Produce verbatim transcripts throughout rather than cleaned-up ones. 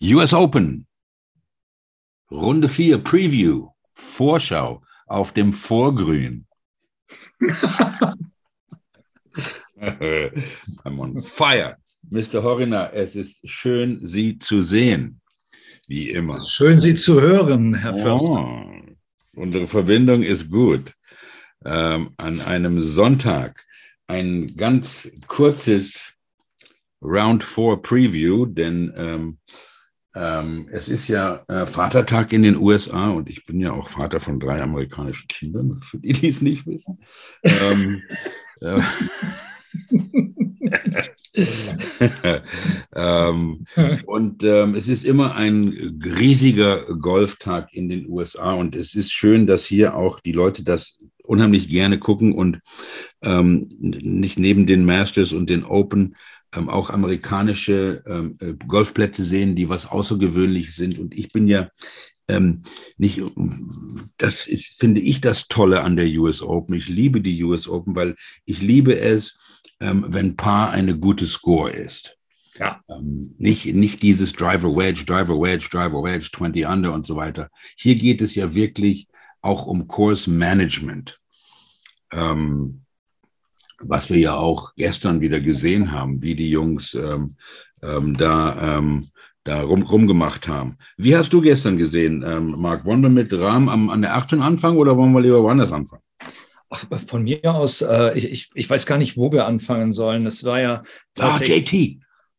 U S Open, Runde vier, Preview, Vorschau auf dem Vorgrün. I'm on fire. Mister Horiner, es ist schön, Sie zu sehen, wie immer. Es ist schön, Sie zu hören, Herr Förster. Oh, unsere Verbindung ist gut. Ähm, an einem Sonntag ein ganz kurzes Round vier Preview, denn ähm, ähm, es ist ja äh, Vatertag in den U S A und ich bin ja auch Vater von drei amerikanischen Kindern, für die, die es nicht wissen. ähm, äh, ähm, und ähm, es ist immer ein riesiger Golftag in den U S A und es ist schön, dass hier auch die Leute das unheimlich gerne gucken und ähm, nicht neben den Masters und den Open ähm, auch amerikanische ähm, Golfplätze sehen, die was Außergewöhnliches sind. Und ich bin ja ähm, nicht, das ist, finde ich, das Tolle an der U S Open. Ich liebe die U S Open, weil ich liebe es, ähm, wenn Paar eine gute Score ist. Ja. Ähm, nicht, nicht dieses Driver Wedge, Driver Wedge, Driver Wedge, zwanzig Under und so weiter. Hier geht es ja wirklich auch um Course Management, ähm, was wir ja auch gestern wieder gesehen haben, wie die Jungs ähm, ähm, da, ähm, da rum, rumgemacht haben. Wie hast du gestern gesehen, ähm, Marc? Wollen wir mit Rahm am, an der achtzehn anfangen oder wollen wir lieber woanders anfangen? Ach, von mir aus, äh, ich, ich, ich weiß gar nicht, wo wir anfangen sollen. Es war ja tatsächlich... Ah, J T.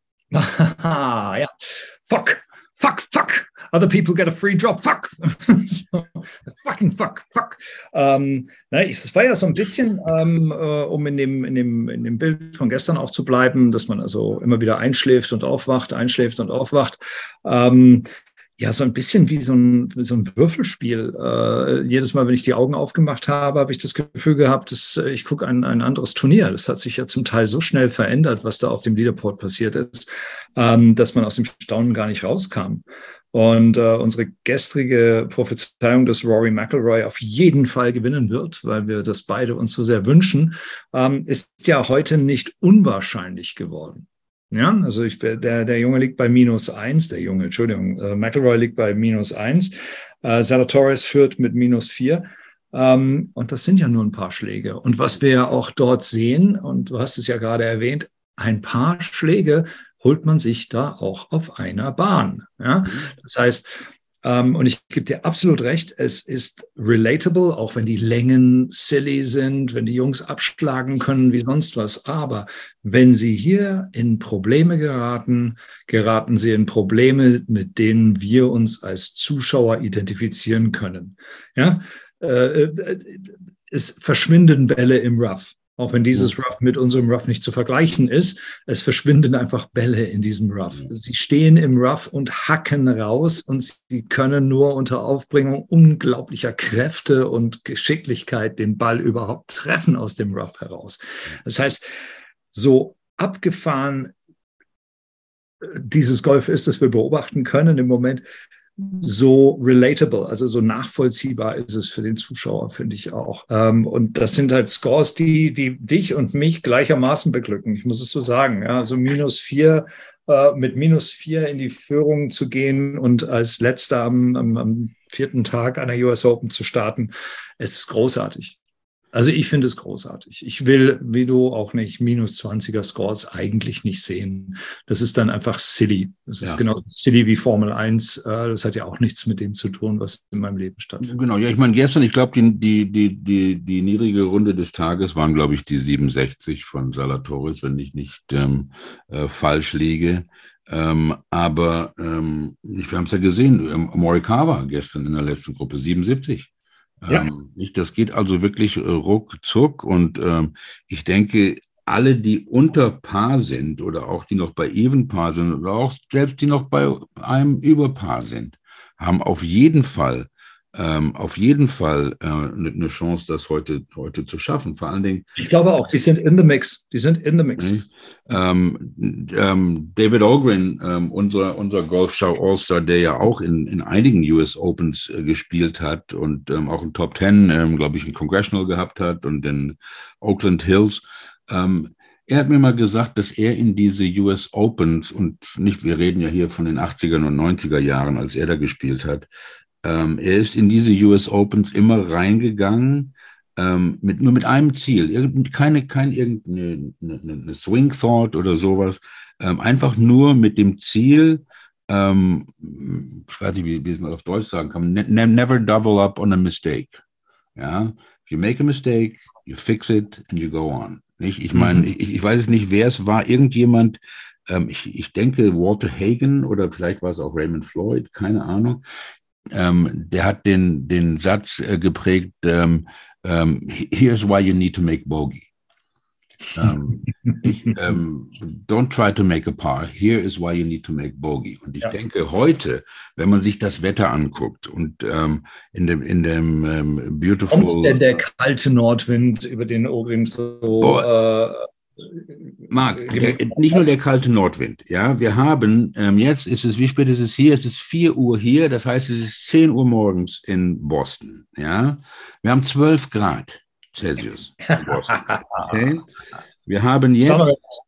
Ja, fuck. Fuck, fuck, other people get a free drop, fuck. So, fucking fuck, fuck. Ähm, ne, es war ja so ein bisschen, ähm, äh, um in dem, in, dem, in dem Bild von gestern auch zu bleiben, dass man also immer wieder einschläft und aufwacht, einschläft und aufwacht. Ähm, ja, so ein bisschen wie so ein, wie so ein Würfelspiel. Äh, jedes Mal, wenn ich die Augen aufgemacht habe, habe ich das Gefühl gehabt, dass äh, ich gucke ein, ein anderes Turnier. Das hat sich ja zum Teil so schnell verändert, was da auf dem Leaderboard passiert ist, ähm, dass man aus dem Staunen gar nicht rauskam. Und äh, unsere gestrige Prophezeiung, dass Rory McIlroy auf jeden Fall gewinnen wird, weil wir das beide uns so sehr wünschen, ähm, ist ja heute nicht unwahrscheinlich geworden. Ja, also ich, der, der Junge liegt bei minus eins, der Junge, Entschuldigung, äh, McIlroy liegt bei minus eins, äh, Zalatoris führt mit minus vier. Ähm, und das sind ja nur ein paar Schläge. Und was wir ja auch dort sehen, und du hast es ja gerade erwähnt, ein paar Schläge holt man sich da auch auf einer Bahn. Ja? Das heißt, ähm, und ich gebe dir absolut recht, es ist relatable, auch wenn die Längen silly sind, wenn die Jungs abschlagen können wie sonst was. Aber wenn sie hier in Probleme geraten, geraten sie in Probleme, mit denen wir uns als Zuschauer identifizieren können. Ja? Äh, es verschwinden Bälle im Rough. Auch wenn dieses Rough mit unserem Rough nicht zu vergleichen ist, es verschwinden einfach Bälle in diesem Rough. Sie stehen im Rough und hacken raus und sie können nur unter Aufbringung unglaublicher Kräfte und Geschicklichkeit den Ball überhaupt treffen aus dem Rough heraus. Das heißt, so abgefahren dieses Golf ist, das wir beobachten können im Moment, so relatable, also so nachvollziehbar ist es für den Zuschauer, finde ich auch. Ähm, und das sind halt Scores, die, die dich und mich gleichermaßen beglücken. Ich muss es so sagen. Ja, also minus vier, äh, mit minus vier in die Führung zu gehen und als Letzter am, am, am vierten Tag einer U S Open zu starten, es ist großartig. Also ich finde es großartig. Ich will, wie du auch nicht, minus zwanziger Scores eigentlich nicht sehen. Das ist dann einfach silly. Das ist ja genau silly wie Formel eins. Das hat ja auch nichts mit dem zu tun, was in meinem Leben stattfindet. Genau, ja, ich meine, gestern, ich glaube, die, die, die, die, die niedrige Runde des Tages waren, glaube ich, die siebenundsechzig von Zalatoris, wenn ich nicht ähm, äh, falsch liege. Ähm, aber ähm, wir haben es ja gesehen, ähm, Morikawa gestern in der letzten Gruppe, siebenundsiebzig. Ja. Ähm, nicht, das geht also wirklich äh, ruckzuck und ähm, ich denke, alle, die unter Paar sind oder auch die noch bei Even Paar sind oder auch selbst die noch bei einem Überpaar sind, haben auf jeden Fall ähm, auf jeden Fall äh, eine Chance, das heute, heute zu schaffen. Vor allen Dingen. Ich glaube auch, die sind in the mix. Die sind in the mix. Okay. Ähm, ähm, David Ogren, ähm, unser, unser Golfschau All-Star, der ja auch in, in einigen U S Opens äh, gespielt hat und ähm, auch in Top Ten, ähm, glaube ich, ein Congressional gehabt hat und in Oakland Hills. Ähm, Er hat mir mal gesagt, dass er in diese U S Opens und nicht, wir reden ja hier von den achtzigern und neunziger Jahren, als er da gespielt hat, ähm, er ist in diese U S Opens immer reingegangen, ähm, mit, nur mit einem Ziel, irgend, keine, kein irgendeine eine, eine Swing Thought oder sowas, ähm, einfach nur mit dem Ziel, ähm, ich weiß nicht, wie, wie es mal auf Deutsch sagen kann, ne, never double up on a mistake. Ja, if you make a mistake, you fix it and you go on. Nicht? Ich meine, mhm. ich, ich weiß es nicht, wer es war, irgendjemand, ähm, ich, ich denke Walter Hagen oder vielleicht war es auch Raymond Floyd, keine Ahnung, ähm, der hat den, den Satz äh, geprägt, ähm, ähm, here's why you need to make bogey. Ähm, ich, ähm, don't try to make a par. Here is why you need to make bogey. Und ich ja. denke, heute, wenn man sich das Wetter anguckt und ähm, in dem, in dem ähm, beautiful... Kommt denn der kalte Nordwind über den Ogrim so... Oh, äh, Marc, der, nicht nur der kalte Nordwind. Ja, wir haben, ähm, jetzt ist es, wie spät ist es hier? Es ist vier Uhr hier, das heißt, es ist zehn Uhr morgens in Boston. Ja, wir haben zwölf Grad Celsius in Boston. Okay? Wir haben jetzt,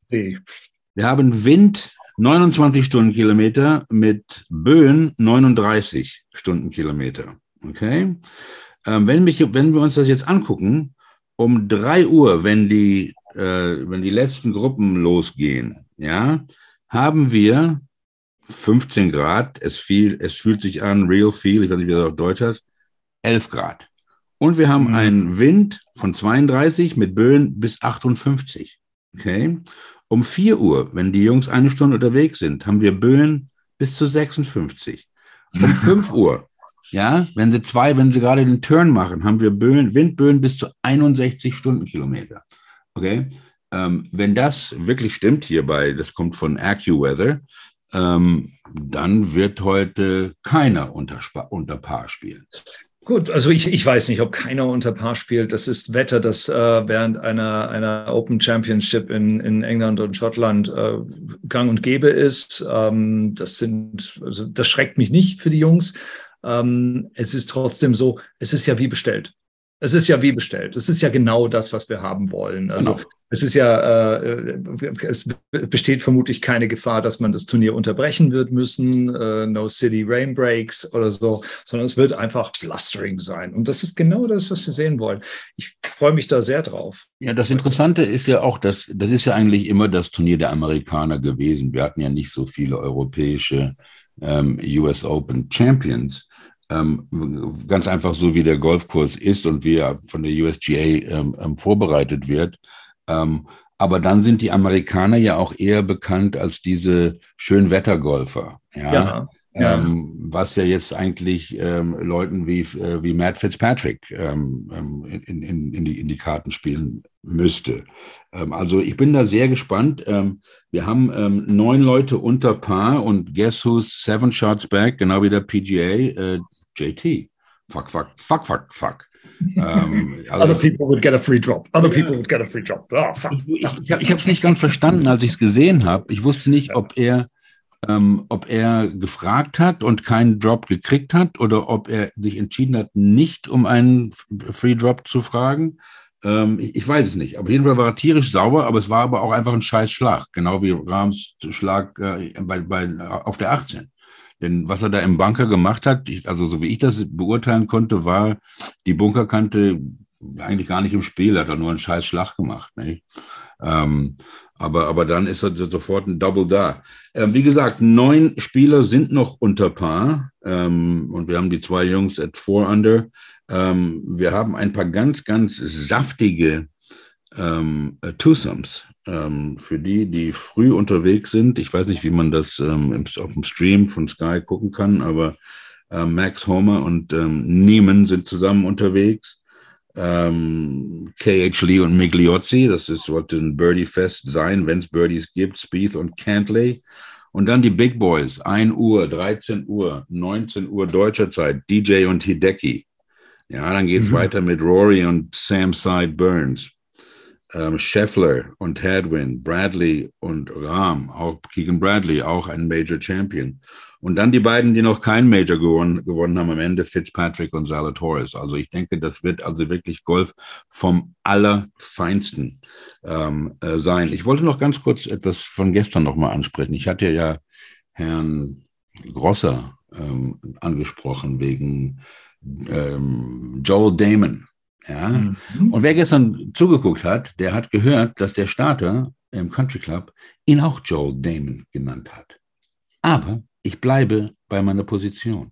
wir haben Wind neunundzwanzig Stundenkilometer mit Böen neununddreißig Stundenkilometer. Okay? Ähm, wenn, mich, wenn wir uns das jetzt angucken, um drei Uhr, wenn die, äh, wenn die letzten Gruppen losgehen, ja, haben wir fünfzehn Grad, es, viel, es fühlt sich an, real feel, ich weiß nicht, wie das auf Deutsch heißt, elf Grad. Und wir haben mhm. einen Wind von zweiunddreißig mit Böen bis achtundfünfzig. Okay? Um vier Uhr, wenn die Jungs eine Stunde unterwegs sind, haben wir Böen bis zu sechsundfünfzig. Um fünf Uhr, ja, wenn sie zwei, wenn sie gerade den Turn machen, haben wir Böen, Windböen bis zu einundsechzig Stundenkilometer. Okay? Ähm, wenn das wirklich stimmt hierbei, das kommt von AccuWeather, ähm, dann wird heute keiner unter, unter Paar spielen. Gut, also ich, ich weiß nicht, ob keiner unter Paar spielt. Das ist Wetter, das äh, während einer, einer Open Championship in, in England und Schottland äh, gang und gäbe ist. Ähm, das sind, also das schreckt mich nicht für die Jungs. Ähm, es ist trotzdem so, es ist ja wie bestellt. Es ist ja wie bestellt. Es ist ja genau das, was wir haben wollen. Also genau. Es ist ja, äh, es besteht vermutlich keine Gefahr, dass man das Turnier unterbrechen wird müssen, äh, no city rain breaks oder so, sondern es wird einfach blustering sein. Und das ist genau das, was wir sehen wollen. Ich freue mich da sehr drauf. Ja, das Interessante ist ja auch, dass das ist ja eigentlich immer das Turnier der Amerikaner gewesen. Wir hatten ja nicht so viele europäische ähm, U S Open Champions. Ähm, ganz einfach so, wie der Golfkurs ist und wie er von der U S G A ähm, vorbereitet wird. Ähm, aber dann sind die Amerikaner ja auch eher bekannt als diese Schönwettergolfer. Ja. ja, ja. Ähm, was ja jetzt eigentlich ähm, Leuten wie, äh, wie Matt Fitzpatrick ähm, in, in, in, die, in die Karten spielen müsste. Ähm, also ich bin da sehr gespannt. Ähm, wir haben ähm, neun Leute unter Paar und guess who's seven shots back, genau wie der P G A, äh, J T. Fuck, fuck, fuck, fuck, fuck. Um, also Other people would get a free drop. Other yeah. people would get a free drop. Oh, fuck. Ich, ich, ich, ich habe es nicht ganz verstanden, als ich es gesehen habe. Ich wusste nicht, ob er, ähm, ob er gefragt hat und keinen Drop gekriegt hat oder ob er sich entschieden hat, nicht um einen Free Drop zu fragen. Ähm, ich, ich weiß es nicht. Auf jeden Fall war er tierisch sauer, aber es war aber auch einfach ein scheiß Schlag. Genau wie Rahms Schlag äh, bei, bei, auf der achtzehn. Denn was er da im Bunker gemacht hat, ich, also so wie ich das beurteilen konnte, war die Bunkerkante eigentlich gar nicht im Spiel, hat er nur einen scheiß Schlag gemacht. Nicht? Ähm, aber, aber dann ist er sofort ein Double da. Ähm, wie gesagt, neun Spieler sind noch unter Paar ähm, und wir haben die zwei Jungs at four under. Ähm, wir haben ein paar ganz, ganz saftige ähm, Twosomes. Ähm, für die, die früh unterwegs sind, ich weiß nicht, wie man das ähm, im, auf dem Stream von Sky gucken kann, aber äh, Max Homer und ähm, Niemann sind zusammen unterwegs. Ähm, K H Lee und Migliozzi, das ist, sollte ein Birdie-Fest sein, wenn es Birdies gibt, Spieth und Cantley. Und dann die Big Boys, ein Uhr, dreizehn Uhr, neunzehn Uhr deutscher Zeit, D J und Hideki. Ja, dann geht es mhm. weiter mit Rory und Sam Side Burns. ähm, Scheffler und Hadwin, Bradley und Rahm, auch Keegan Bradley, auch ein Major Champion. Und dann die beiden, die noch kein Major gewonnen, gewonnen haben am Ende, Fitzpatrick und Zalatoris. Also ich denke, das wird also wirklich Golf vom Allerfeinsten ähm, äh, sein. Ich wollte noch ganz kurz etwas von gestern nochmal ansprechen. Ich hatte ja Herrn Grosser ähm, angesprochen wegen ähm, Joel Damon. Ja? Mhm. Und wer gestern zugeguckt hat, der hat gehört, dass der Starter im Country Club ihn auch Joel Damon genannt hat. Aber ich bleibe bei meiner Position.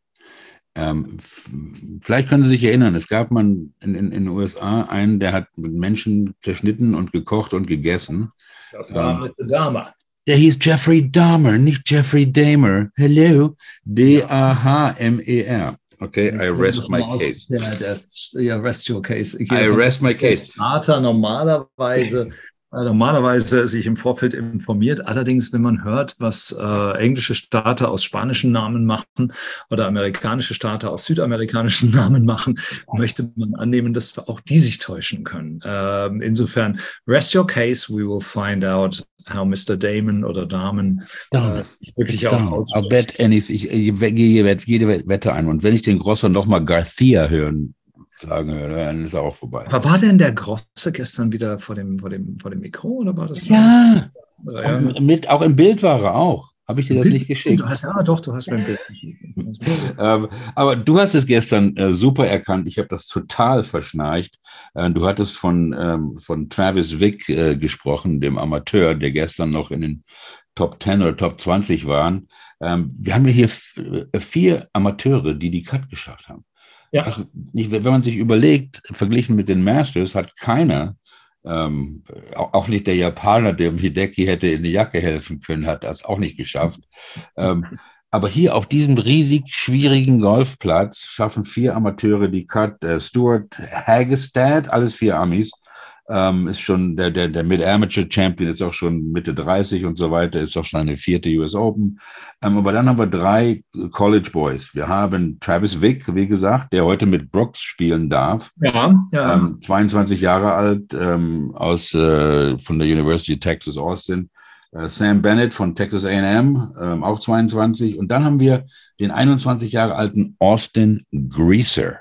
Ähm, vielleicht können Sie sich erinnern, es gab mal in, in, in den U S A einen, der hat mit Menschen zerschnitten und gekocht und gegessen. Das war ähm, Mister Dahmer. Der hieß Jeffrey Dahmer, nicht Jeffrey Dahmer. Hello, D A H M E R. Okay, I rest my case. Ja, das, ja, rest your case. I rest my case. Starter normalerweise, normalerweise sich im Vorfeld informiert. Allerdings, wenn man hört, was äh, englische Starter aus spanischen Namen machen oder amerikanische Starter aus südamerikanischen Namen machen, möchte man annehmen, dass auch die sich täuschen können. Ähm, insofern, rest your case, we will find out how Mister Damon oder Damen äh, wirklich auch I'll bet anything. Ich, ich, ich gehe jede Wette ein. Und wenn ich den Grosser nochmal Garcia hören sagen höre, dann ist er auch vorbei. Aber war denn der Grosse gestern wieder vor dem, vor dem, vor dem Mikro oder war das? Ja, so? ja. Mit, auch im Bild war er auch. Habe ich dir das nicht geschickt? Du hast, ja, doch, du hast mein Bild geschickt. ähm, aber du hast es gestern äh, super erkannt. Ich habe das total verschnarcht. Äh, du hattest von, ähm, von Travis Wick äh, gesprochen, dem Amateur, der gestern noch in den Top zehn oder Top zwanzig waren. Ähm, wir haben ja hier f- vier Amateure, die die Cut geschafft haben. Ja. Also, nicht, wenn man sich überlegt, verglichen mit den Masters, hat keiner, ähm, auch nicht der Japaner, dem Hideki hätte in die Jacke helfen können, hat das auch nicht geschafft. ähm, aber hier auf diesem riesig schwierigen Golfplatz schaffen vier Amateure die Cut. Äh, Stuart Hagestad, alles vier Amis, ähm, ist schon der, der, der Mid-Amateur-Champion, ist auch schon Mitte dreißig und so weiter, ist auch seine vierte U S Open. Ähm, aber dann haben wir drei College Boys. Wir haben Travis Wick, wie gesagt, der heute mit Brooks spielen darf. Ja, ja. Ähm, zweiundzwanzig Jahre alt, ähm, aus, äh, von der University of Texas Austin. Äh, Sam Bennett von Texas A and M, ähm, auch zweiundzwanzig. Und dann haben wir den einundzwanzig Jahre alten Austin Greaser.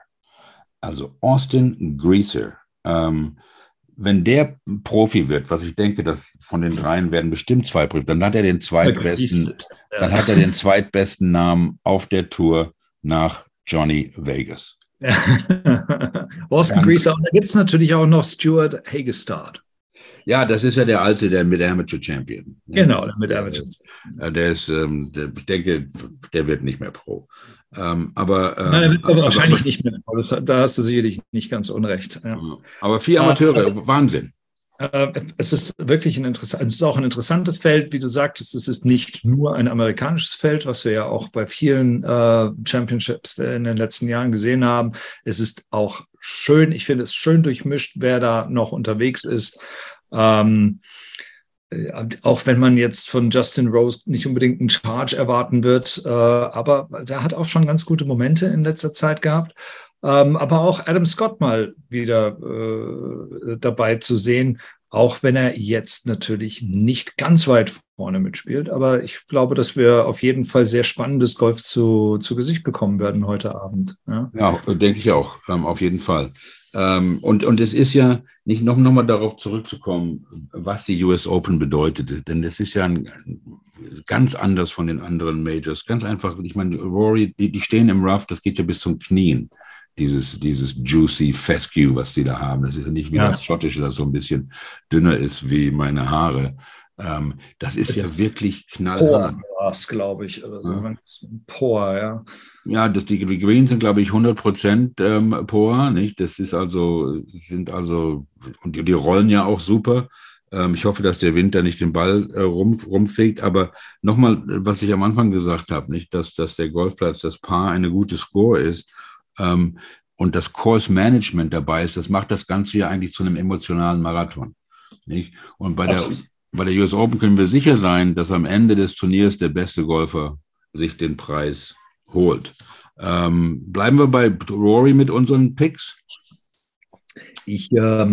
Also Austin Greaser. Ähm, Wenn der Profi wird, was ich denke, dass von den dreien werden bestimmt zwei Profi, dann hat er den zweitbesten, dann hat er den zweitbesten Namen auf der Tour nach Johnny Vegas. Ja. Austin ja. Greaser. Und da gibt es natürlich auch noch Stuart Hagestad. Ja, das ist ja der alte, der Mid-Amateur-Champion. Genau, der Mid-Amateur. Der ist, ähm, der, ich denke, der wird nicht mehr Pro. Ähm, aber, ähm, Nein, er wird aber wahrscheinlich aber, nicht mehr. Da hast du sicherlich nicht ganz unrecht. Ja. Aber vier Amateure, äh, Wahnsinn. Äh, es ist wirklich ein interessant, es ist auch ein interessantes Feld, wie du sagtest. Es ist nicht nur ein amerikanisches Feld, was wir ja auch bei vielen äh, Championships in den letzten Jahren gesehen haben. Es ist auch schön, ich finde es schön durchmischt, wer da noch unterwegs ist. Ähm, auch wenn man jetzt von Justin Rose nicht unbedingt einen Charge erwarten wird, äh, aber der hat auch schon ganz gute Momente in letzter Zeit gehabt. Ähm, aber auch Adam Scott mal wieder äh, dabei zu sehen, auch wenn er jetzt natürlich nicht ganz weit vorne mitspielt. Aber ich glaube, dass wir auf jeden Fall sehr spannendes Golf zu, zu Gesicht bekommen werden heute Abend. Ja, ja denke ich auch, ähm, auf jeden Fall. Ähm, und, und es ist ja, nicht noch, noch mal darauf zurückzukommen, was die U S Open bedeutet, denn es ist ja ein, ganz anders von den anderen Majors. Ganz einfach, ich meine, Rory, die, die stehen im Rough, das geht ja bis zum Knien, dieses, dieses juicy Fescue, was die da haben. Das ist ja nicht wie ja. das Schottische, das so ein bisschen dünner ist wie meine Haare. Ähm, das ist das ja ist wirklich knallhart. Por, glaube ich, oder so. Ja. Por, ja. Ja, das, die, die Greens sind, glaube ich, hundert Prozent ähm, Por, nicht? Das ist also, sind also, und die, die rollen ja auch super. Ähm, ich hoffe, dass der Wind da nicht den Ball äh, rum, rumfegt. Aber nochmal, was ich am Anfang gesagt habe, nicht, dass, dass der Golfplatz, das Par eine gute Score ist ähm, und das Course Management dabei ist, das macht das Ganze ja eigentlich zu einem emotionalen Marathon, nicht? Und bei der, bei der U S Open können wir sicher sein, dass am Ende des Turniers der beste Golfer sich den Preis holt. Ähm, bleiben wir bei Rory mit unseren Picks? Ich, ähm,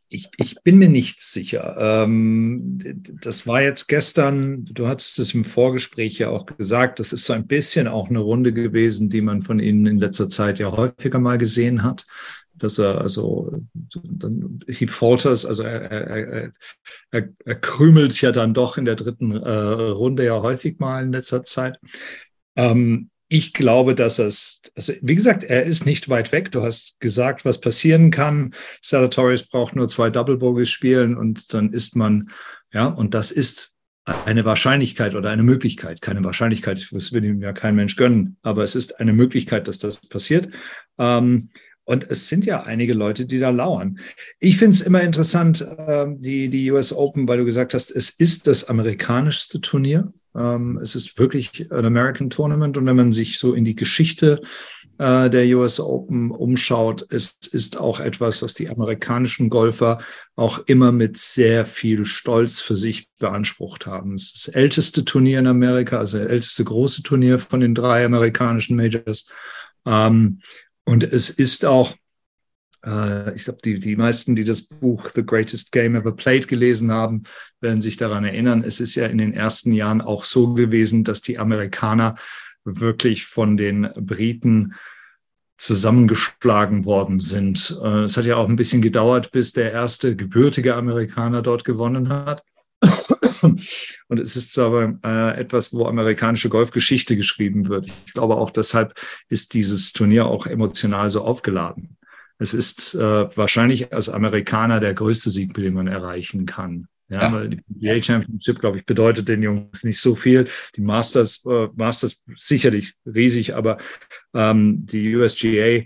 Ich, ich bin mir nicht sicher. Ähm, das war jetzt gestern, du hattest es im Vorgespräch ja auch gesagt, das ist so ein bisschen auch eine Runde gewesen, die man von Ihnen in letzter Zeit ja häufiger mal gesehen hat. Dass er also, dann, he falters, also er, er, er, er krümelt ja dann doch in der dritten äh, Runde ja häufig mal in letzter Zeit. Ähm, Ich glaube, dass es, also wie gesagt, er ist nicht weit weg. Du hast gesagt, was passieren kann. Zalatoris braucht nur zwei Double Bogies spielen und dann ist man, ja, und das ist eine Wahrscheinlichkeit oder eine Möglichkeit. Keine Wahrscheinlichkeit, das will ihm ja kein Mensch gönnen, aber es ist eine Möglichkeit, dass das passiert. Ähm, Und es sind ja einige Leute, die da lauern. Ich finde es immer interessant, äh, die, die U S Open, weil du gesagt hast, es ist das amerikanischste Turnier. Ähm, es ist wirklich ein American Tournament. Und wenn man sich so in die Geschichte äh, der U S Open umschaut, es ist auch etwas, was die amerikanischen Golfer auch immer mit sehr viel Stolz für sich beansprucht haben. Es ist das älteste Turnier in Amerika, also das älteste große Turnier von den drei amerikanischen Majors. Ähm, Und es ist auch, äh, ich glaube, die, die meisten, die das Buch The Greatest Game Ever Played gelesen haben, werden sich daran erinnern. Es ist ja in den ersten Jahren auch so gewesen, dass die Amerikaner wirklich von den Briten zusammengeschlagen worden sind. Äh, es hat ja auch ein bisschen gedauert, bis der erste gebürtige Amerikaner dort gewonnen hat. Und es ist aber äh, etwas, wo amerikanische Golfgeschichte geschrieben wird. Ich glaube auch deshalb ist dieses Turnier auch emotional so aufgeladen. Es ist äh, wahrscheinlich als Amerikaner der größte Sieg, den man erreichen kann. Ja, ja. Weil die P G A Championship, glaube ich, bedeutet den Jungs nicht so viel. Die Masters, äh, Masters sicherlich riesig, aber ähm, die U S G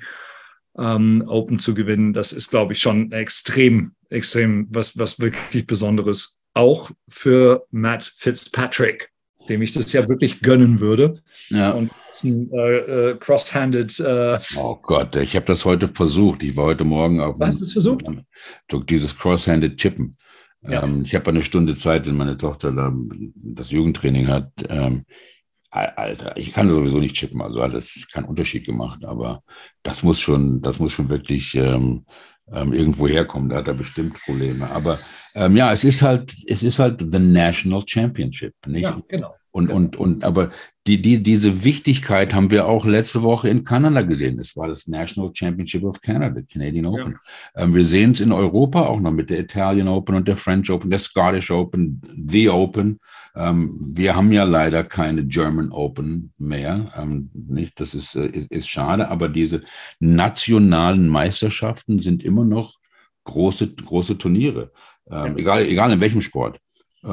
A ähm, Open zu gewinnen, das ist, glaube ich, schon extrem, extrem was, was wirklich Besonderes. Auch für Matt Fitzpatrick, dem ich das ja wirklich gönnen würde. Ja. Und ein äh, cross-handed. Äh oh Gott, ich habe das heute versucht. Ich war heute Morgen auf. Was hast du versucht? Dieses cross-handed Chippen. Ja. Ähm, ich habe eine Stunde Zeit, wenn meine Tochter da das Jugendtraining hat. Ähm, Alter, ich kann sowieso nicht chippen, also hat das keinen Unterschied gemacht. Aber das muss schon, das muss schon wirklich ähm, ähm, irgendwo herkommen. Da hat er bestimmt Probleme. Aber ähm, ja, es ist halt, es ist halt the National Championship, nicht? Ja, genau. Und, genau. und, und, aber die, die, diese Wichtigkeit haben wir auch letzte Woche in Kanada gesehen. Das war das National Championship of Canada, Canadian Open. Ja. Ähm, wir sehen es in Europa auch noch mit der Italian Open und der French Open, der Scottish Open, The Open. Ähm, wir haben ja leider keine German Open mehr. Ähm, nicht, das ist, äh, ist schade, aber diese nationalen Meisterschaften sind immer noch große, große Turniere. Ähm, ja. egal, egal in welchem Sport.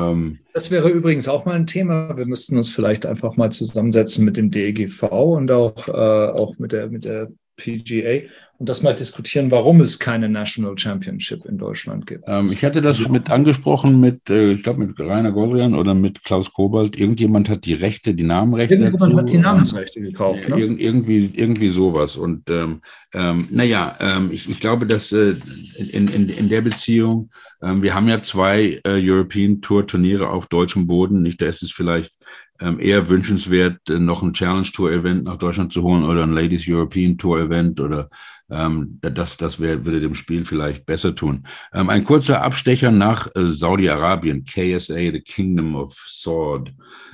Das wäre übrigens auch mal ein Thema. Wir müssten uns vielleicht einfach mal zusammensetzen mit dem D E G V und auch, äh, auch mit der, mit der P G A und das mal diskutieren, warum es keine National Championship in Deutschland gibt. Ähm, ich hatte das mit angesprochen mit, äh, ich glaube, mit Rainer Goldrian oder mit Klaus Kobold. Irgendjemand hat die Rechte, die Namenrechte. Irgendjemand dazu, hat die Namensrechte gekauft. Äh, ne? ir irgendwie, irgendwie sowas. Und ähm, ähm, naja, ähm, ich, ich glaube, dass äh, in, in, in der Beziehung, ähm, wir haben ja zwei äh, European Tour Turniere auf deutschem Boden. Nicht, da ist es vielleicht ähm, eher wünschenswert, äh, noch ein Challenge Tour Event nach Deutschland zu holen oder ein Ladies European Tour Event oder ähm, das, das wär, würde dem Spiel vielleicht besser tun. Ähm, ein kurzer Abstecher nach äh, Saudi-Arabien, K S A, the Kingdom of Sword.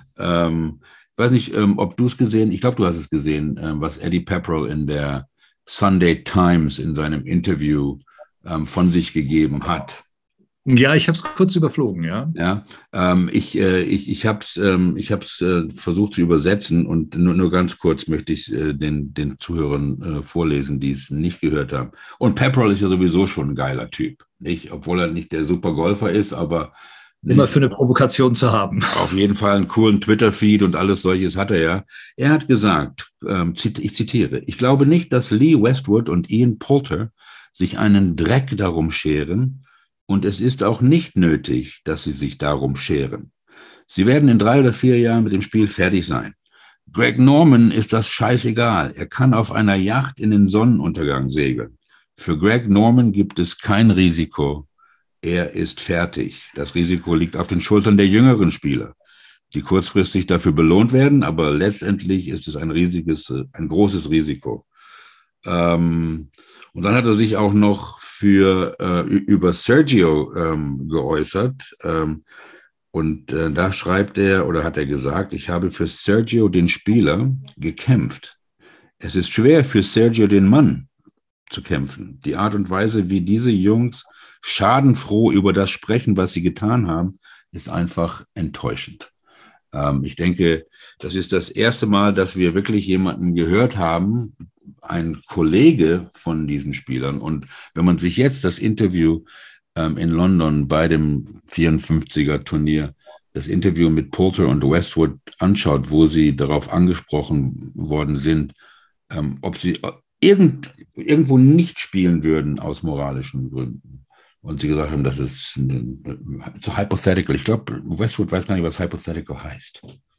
Ähm, ich weiß nicht, ähm, ob du es gesehen, ich glaube, du hast es gesehen, ähm, was Eddie Pepperell in der Sunday Times in seinem Interview ähm, von sich gegeben hat. Ja, ich habe es kurz überflogen, ja. Ja, ähm, ich, äh, ich, ich habe es ähm, ich hab's, äh, versucht zu übersetzen und nur, nur ganz kurz möchte ich äh, den, den Zuhörern äh, vorlesen, die es nicht gehört haben. Und Pepperell ist ja sowieso schon ein geiler Typ, nicht? Obwohl er nicht der super Golfer ist, aber immer für eine Provokation zu haben. Auf jeden Fall einen coolen Twitter-Feed und alles solches hat er ja. Er hat gesagt, ähm, ich zitiere, ich glaube nicht, dass Lee Westwood und Ian Poulter sich einen Dreck darum scheren, und es ist auch nicht nötig, dass sie sich darum scheren. Sie werden in drei oder vier Jahren mit dem Spiel fertig sein. Greg Norman ist das scheißegal. Er kann auf einer Yacht in den Sonnenuntergang segeln. Für Greg Norman gibt es kein Risiko. Er ist fertig. Das Risiko liegt auf den Schultern der jüngeren Spieler, die kurzfristig dafür belohnt werden, aber letztendlich ist es ein riesiges, ein großes Risiko. Ähm, und dann hat er sich auch noch für äh, über Sergio ähm, geäußert. Ähm, und äh, da schreibt er oder hat er gesagt, ich habe für Sergio, den Spieler, gekämpft. Es ist schwer für Sergio, den Mann, zu kämpfen. Die Art und Weise, wie diese Jungs schadenfroh über das sprechen, was sie getan haben, ist einfach enttäuschend. Ähm, ich denke, das ist das erste Mal, dass wir wirklich jemanden gehört haben, ein Kollege von diesen Spielern. Und wenn man sich jetzt das Interview ähm, in London bei dem vierundfünfziger Turnier, das Interview mit Poulter und Westwood anschaut, wo sie darauf angesprochen worden sind, ähm, ob sie irgend, irgendwo nicht spielen würden aus moralischen Gründen. Und sie gesagt haben, das ist so hypothetical. Ich glaube, Westwood weiß gar nicht, was hypothetical heißt.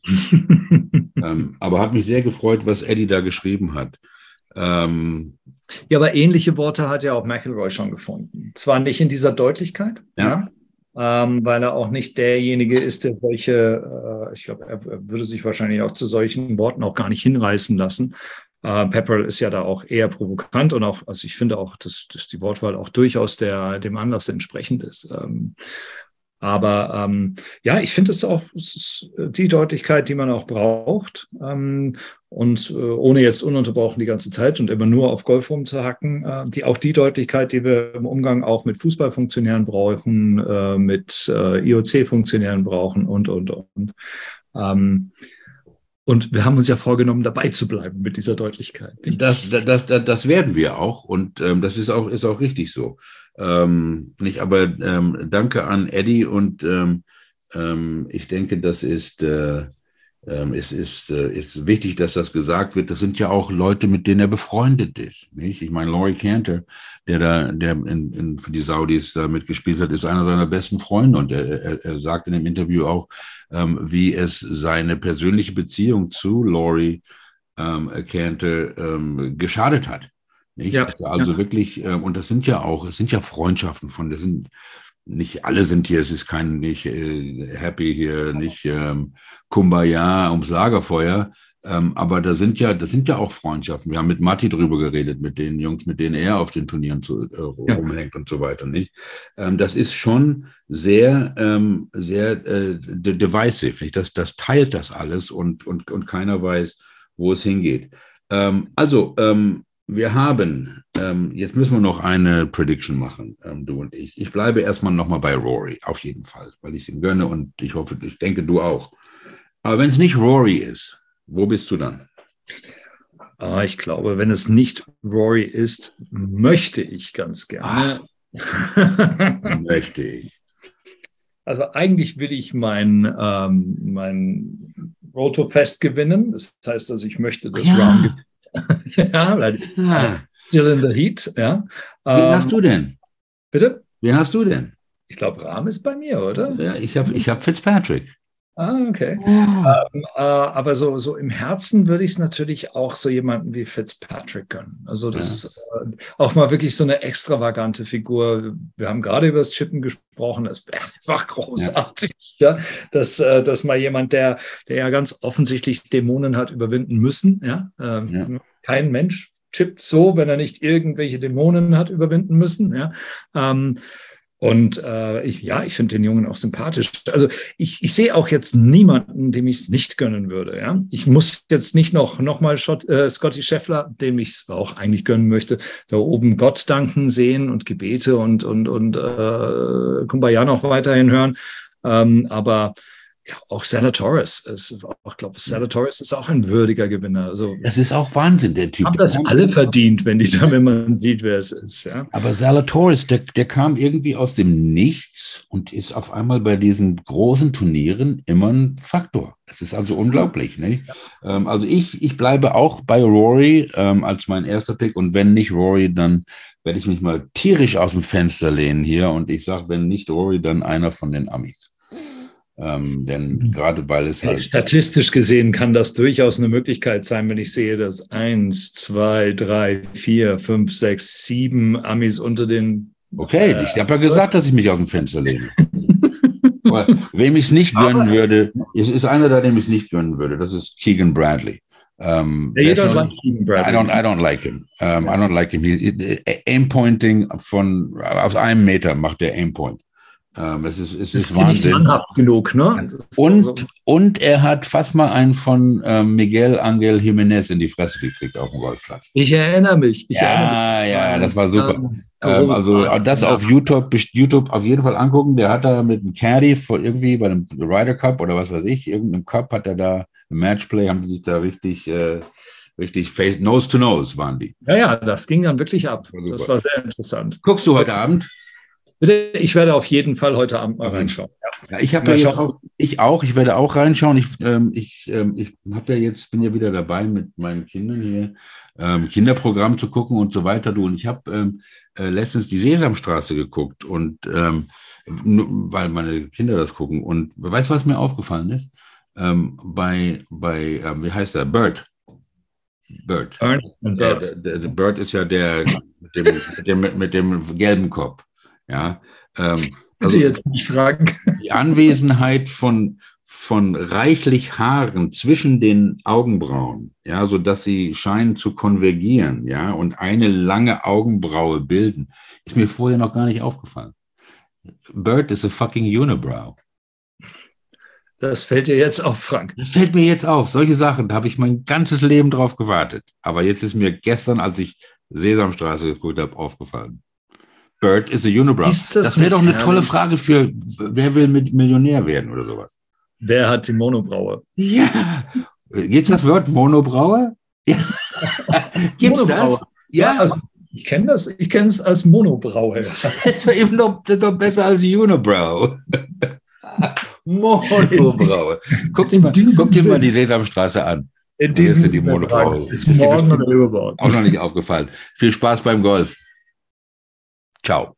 ähm, aber hat mich sehr gefreut, was Eddie da geschrieben hat. Ähm, ja, aber ähnliche Worte hat ja auch McIlroy schon gefunden. Zwar nicht in dieser Deutlichkeit, ja. Ja, ähm, weil er auch nicht derjenige ist, der solche, äh, ich glaube, er, er würde sich wahrscheinlich auch zu solchen Worten auch gar nicht hinreißen lassen. Uh, Pepperell ist ja da auch eher provokant und auch, also ich finde auch, dass, dass die Wortwahl auch durchaus der, dem Anlass entsprechend ist. Ähm, aber ähm, ja, ich finde es auch es ist die Deutlichkeit, die man auch braucht. Ähm, und äh, ohne jetzt ununterbrochen die ganze Zeit und immer nur auf Golf rumzuhacken, äh, die auch die Deutlichkeit, die wir im Umgang auch mit Fußballfunktionären brauchen, äh, mit äh, I O C-Funktionären brauchen und, und, und. Ähm, Und wir haben uns ja vorgenommen, dabei zu bleiben mit dieser Deutlichkeit. Das, das, das, das werden wir auch und ähm, das ist auch, ist auch richtig so. Ähm, nicht, aber ähm, danke an Eddie und ähm, ähm, ich denke, das ist, äh, ähm, es ist, äh, ist wichtig, dass das gesagt wird. Das sind ja auch Leute, mit denen er befreundet ist. Nicht? Ich meine, Laurie Cantor, der da, der in, in, für die Saudis da mitgespielt hat, ist einer seiner besten Freunde und er, er, er sagt in dem Interview auch, ähm, wie es seine persönliche Beziehung zu Laurie ähm, Cantor ähm, geschadet hat. Nicht? Ja, also ja. wirklich, ähm, und das sind ja auch, es sind ja Freundschaften von, das sind nicht alle sind hier, es ist kein nicht äh, happy hier, nicht ähm, Kumbaya ums Lagerfeuer, ähm, aber da sind ja, das sind ja auch Freundschaften. Wir haben mit Matti drüber geredet, mit den Jungs, mit denen er auf den Turnieren zu, äh, rumhängt ja. und so weiter, nicht? Ähm, das ist schon sehr, ähm, sehr äh, divisive, nicht? Das, das teilt das alles und, und, und keiner weiß, wo es hingeht. Ähm, also, ähm, wir haben, ähm, jetzt müssen wir noch eine Prediction machen, ähm, du und ich. Ich bleibe erstmal nochmal bei Rory, auf jeden Fall, weil ich es ihm gönne und ich hoffe, ich denke, du auch. Aber wenn es nicht Rory ist, wo bist du dann? Ah, ich glaube, wenn es nicht Rory ist, möchte ich ganz gerne. Ach, möchte ich. Also eigentlich will ich mein, ähm, mein Roto-Fest gewinnen. Das heißt, also ich möchte das ja. Round gewinnen. ja, weil ja. Still in the heat, ja. Wen ähm, hast du denn? Bitte? Wen hast du denn? Ich glaube, Rahm ist bei mir, oder? Ja, ich habe ich hab Fitzpatrick. Ah, okay. Oh. Ähm, äh, aber so, so im Herzen würde ich es natürlich auch so jemanden wie Fitzpatrick gönnen. Also das ja. äh, auch mal wirklich so eine extravagante Figur. Wir haben gerade über das Chippen gesprochen. Das wäre einfach großartig, ja. Ja? Dass, äh, dass mal jemand, der, der ja ganz offensichtlich Dämonen hat überwinden müssen. Ja? Ähm, ja. Kein Mensch chippt so, wenn er nicht irgendwelche Dämonen hat überwinden müssen. Ja? Ähm, Und äh, ich, ja, ich finde den Jungen auch sympathisch. Also ich, ich sehe auch jetzt niemanden, dem ich es nicht gönnen würde. Ja? Ich muss jetzt nicht noch, noch mal Schott, äh, Scotty Scheffler, dem ich es auch eigentlich gönnen möchte, da oben Gott danken sehen und Gebete und, und, und äh, Kumbaya noch weiterhin hören. Ähm, aber ja, auch Zalatoris ist, auch glaube Zalatoris ist auch ein würdiger Gewinner. Also das ist auch Wahnsinn, der Typ. Haben das alle verdient, wenn die da, wenn man sieht, wer es ist. Ja? Aber Zalatoris, der, der kam irgendwie aus dem Nichts und ist auf einmal bei diesen großen Turnieren immer ein Faktor. Das ist also unglaublich, nicht? Ja. Ähm, also ich, ich bleibe auch bei Rory ähm, als mein erster Pick und wenn nicht Rory, dann werde ich mich mal tierisch aus dem Fenster lehnen hier und ich sage, wenn nicht Rory, dann einer von den Amis. Ähm, denn gerade weil es halt... Statistisch gesehen kann das durchaus eine Möglichkeit sein, wenn ich sehe, dass eins, zwei, drei, vier, fünf, sechs, sieben Amis unter den... Okay, äh, ich habe ja gesagt, dass ich mich aus dem Fenster lehne. Aber wem ich es nicht gönnen würde, ist, ist einer da, dem ich es nicht gönnen würde, das ist Keegan Bradley. Um, yeah, you don't like Stephen Bradley. I don't. I don't like him. Um, yeah. I don't like him. He, Aimpointing von aus einem Meter macht der Aimpoint. Um, es ist, es ist, ist Wahnsinn. Genug, ne? Und so. Und er hat fast mal einen von ähm, Miguel Angel Jiménez in die Fresse gekriegt auf dem Golfplatz. Ich erinnere mich. Ich ja, erinnere mich. ja, das war super. Ähm, also das auf YouTube, YouTube auf jeden Fall angucken. Der hat da mit einem Caddy irgendwie bei einem Ryder Cup oder was weiß ich, irgendeinem Cup hat er da im Matchplay, haben die sich da richtig, äh, richtig face, Nose to Nose waren die. Ja, ja, das ging dann wirklich ab. War das war sehr interessant. Guckst du heute okay. Abend? Ich werde auf jeden Fall heute Abend mal reinschauen. Ja, ich habe ja jetzt auch, ich auch, ich werde auch reinschauen. Ich, ähm, ich, ähm, ich habe ja jetzt, bin ja wieder dabei mit meinen Kindern hier, ähm, Kinderprogramm zu gucken und so weiter. Du, und ich habe ähm, äh, letztens die Sesamstraße geguckt und ähm, weil meine Kinder das gucken. Und weißt du, was mir aufgefallen ist? Ähm, bei, bei ähm, wie heißt der? Bird. Bird. Bird. Der, der, der, der Bird ist ja der mit dem, mit dem, mit dem gelben Kopf. Ja, ähm, also jetzt nicht fragen. Die Anwesenheit von, von reichlich Haaren zwischen den Augenbrauen, ja, sodass sie scheinen zu konvergieren, ja, und eine lange Augenbraue bilden, ist mir vorher noch gar nicht aufgefallen. Bird is a fucking unibrow. Das fällt dir jetzt auf, Frank. Das fällt mir jetzt auf. Solche Sachen, da habe ich mein ganzes Leben drauf gewartet. Aber jetzt ist mir gestern, als ich Sesamstraße geguckt habe, aufgefallen. Bird is a unibrow. Ist das das wäre doch eine herrlich? Tolle Frage für, wer will mit Millionär werden oder sowas. Wer hat die Monobraue? Ja. Gibt es das Wort Monobraue? Ja. Gibt es das? Ja. ja also ich kenne das, ich kenne es als Monobraue. Das ist, eben noch, das ist doch besser als Unibrow. Monobraue. Guck dir, mal, guck dir mal die Sesamstraße an. In diesem die Monobraue. Ist morgen oder übermorgen. Auch noch nicht aufgefallen. Viel Spaß beim Golf. Ciao.